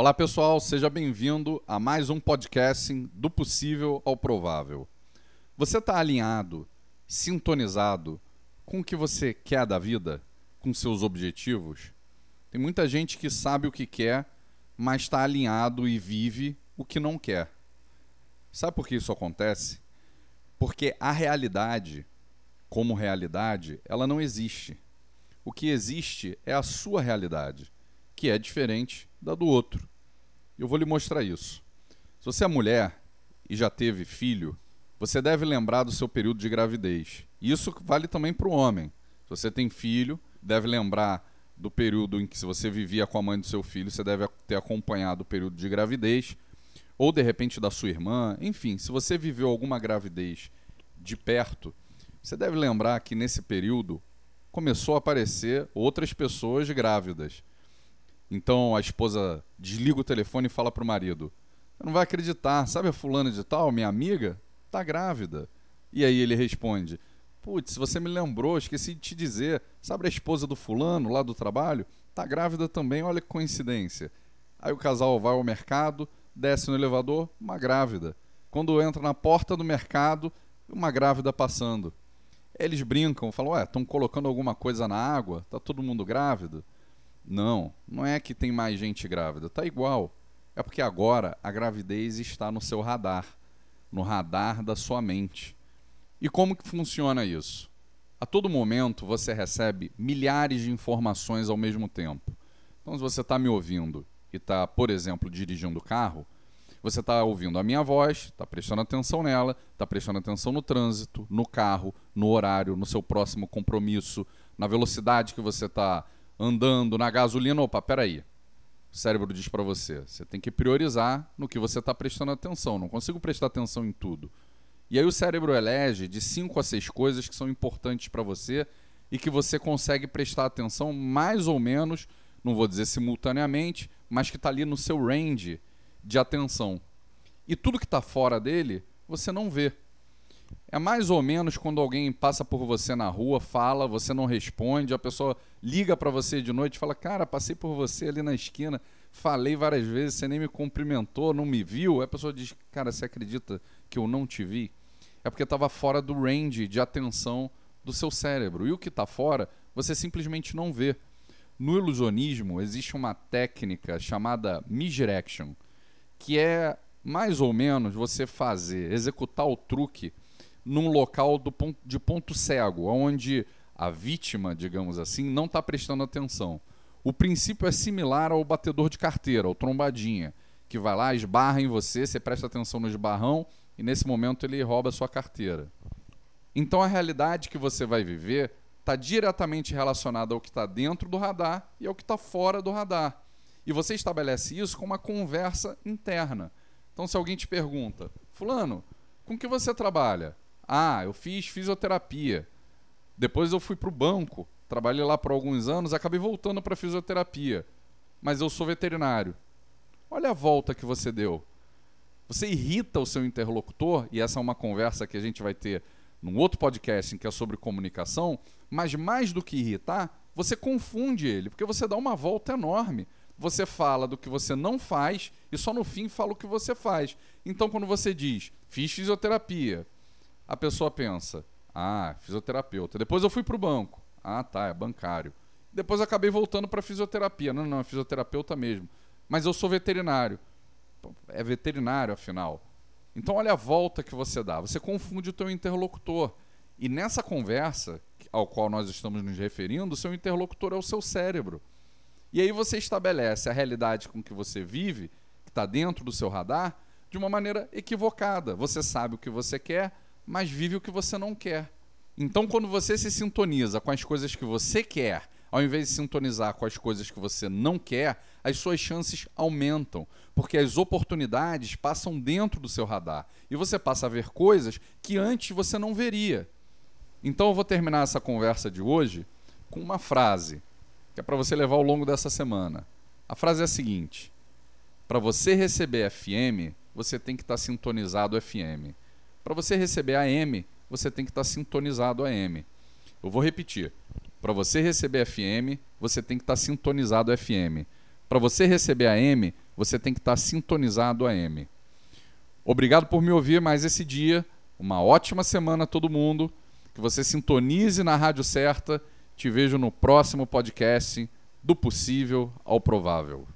Olá pessoal, seja bem-vindo a mais um podcasting do possível ao provável. Você está alinhado, sintonizado com o que você quer da vida, com seus objetivos? Tem muita gente que sabe o que quer, mas está alinhado e vive o que não quer. Sabe por que isso acontece? Porque a realidade, como realidade, ela não existe. O que existe é a sua realidade, que é diferente da do outro. Eu vou lhe mostrar isso. Se você é mulher e já teve filho, você deve lembrar do seu período de gravidez. Isso vale também para o homem. Se você tem filho, deve lembrar do período em que, se você vivia com a mãe do seu filho, você deve ter acompanhado o período de gravidez, ou de repente da sua irmã. Enfim, se você viveu alguma gravidez de perto, você deve lembrar que nesse período começou a aparecer outras pessoas grávidas. Então a esposa desliga o telefone e fala para o marido: "Você não vai acreditar, sabe a fulana de tal, minha amiga? Tá grávida." E aí ele responde: "Putz, você me lembrou, esqueci de te dizer, sabe a esposa do fulano lá do trabalho? Tá grávida também, olha que coincidência." Aí o casal vai ao mercado, desce no elevador, uma grávida. Quando entra na porta do mercado, uma grávida passando. Eles brincam, falam: "Ué, estão colocando alguma coisa na água? Tá todo mundo grávido?" Não, não é que tem mais gente grávida, tá igual. É porque agora a gravidez está no seu radar, no radar da sua mente. E como que funciona isso? A todo momento você recebe milhares de informações ao mesmo tempo. Então, se você está me ouvindo e está, por exemplo, dirigindo o carro, você está ouvindo a minha voz, está prestando atenção nela, está prestando atenção no trânsito, no carro, no horário, no seu próximo compromisso, na velocidade que você está andando, na gasolina. Opa, peraí. O cérebro diz para você: você tem que priorizar no que você está prestando atenção. Não consigo prestar atenção em tudo. E aí o cérebro elege de 5 a 6 coisas que são importantes para você e que você consegue prestar atenção mais ou menos, não vou dizer simultaneamente, mas que está ali no seu range de atenção. E tudo que está fora dele, você não vê. É mais ou menos quando alguém passa por você na rua, fala, você não responde, a pessoa liga para você de noite e fala: "Cara, passei por você ali na esquina, falei várias vezes, você nem me cumprimentou, não me viu." Aí a pessoa diz: "Cara, você acredita que eu não te vi?" É porque estava fora do range de atenção do seu cérebro. E o que está fora, você simplesmente não vê. No ilusionismo, existe uma técnica chamada misdirection, que é mais ou menos você executar o truque num local de ponto cego, onde a vítima, digamos assim, não está prestando atenção. O princípio é similar ao batedor de carteira, ao trombadinha, que vai lá, esbarra em você, você presta atenção no esbarrão e nesse momento ele rouba a sua carteira. Então a realidade que você vai viver está diretamente relacionada ao que está dentro do radar e ao que está fora do radar. E você estabelece isso com uma conversa interna. Então, se alguém te pergunta: "Fulano, com que você trabalha?" "Ah, eu fiz fisioterapia. Depois eu fui para o banco, trabalhei lá por alguns anos, acabei voltando para a fisioterapia. Mas eu sou veterinário." Olha a volta que você deu. Você irrita o seu interlocutor, e essa é uma conversa que a gente vai ter num outro podcast que é sobre comunicação, mas mais do que irritar, você confunde ele, porque você dá uma volta enorme. Você fala do que você não faz e só no fim fala o que você faz. Então, quando você diz: "Fiz fisioterapia", a pessoa pensa: "Ah, fisioterapeuta." Depois eu fui para o banco. "Ah, tá, é bancário." Depois eu acabei voltando para a fisioterapia. Não, é fisioterapeuta mesmo. "Mas eu sou veterinário." É veterinário, afinal. Então, olha a volta que você dá. Você confunde o teu interlocutor. E nessa conversa, ao qual nós estamos nos referindo, o seu interlocutor é o seu cérebro. E aí você estabelece a realidade com que você vive, que está dentro do seu radar, de uma maneira equivocada. Você sabe o que você quer, mas vive o que você não quer. Então, quando você se sintoniza com as coisas que você quer, ao invés de sintonizar com as coisas que você não quer, as suas chances aumentam, porque as oportunidades passam dentro do seu radar e você passa a ver coisas que antes você não veria. Então, eu vou terminar essa conversa de hoje com uma frase, que é para você levar ao longo dessa semana. A frase é a seguinte: para você receber FM, você tem que estar sintonizado FM. Para você receber AM, você tem que estar sintonizado AM. Eu vou repetir. Para você receber FM, você tem que estar sintonizado FM. Para você receber a M, você tem que estar sintonizado a M. Obrigado por me ouvir mais esse dia. Uma ótima semana a todo mundo. Que você sintonize na rádio certa. Te vejo no próximo podcast do Possível ao Provável.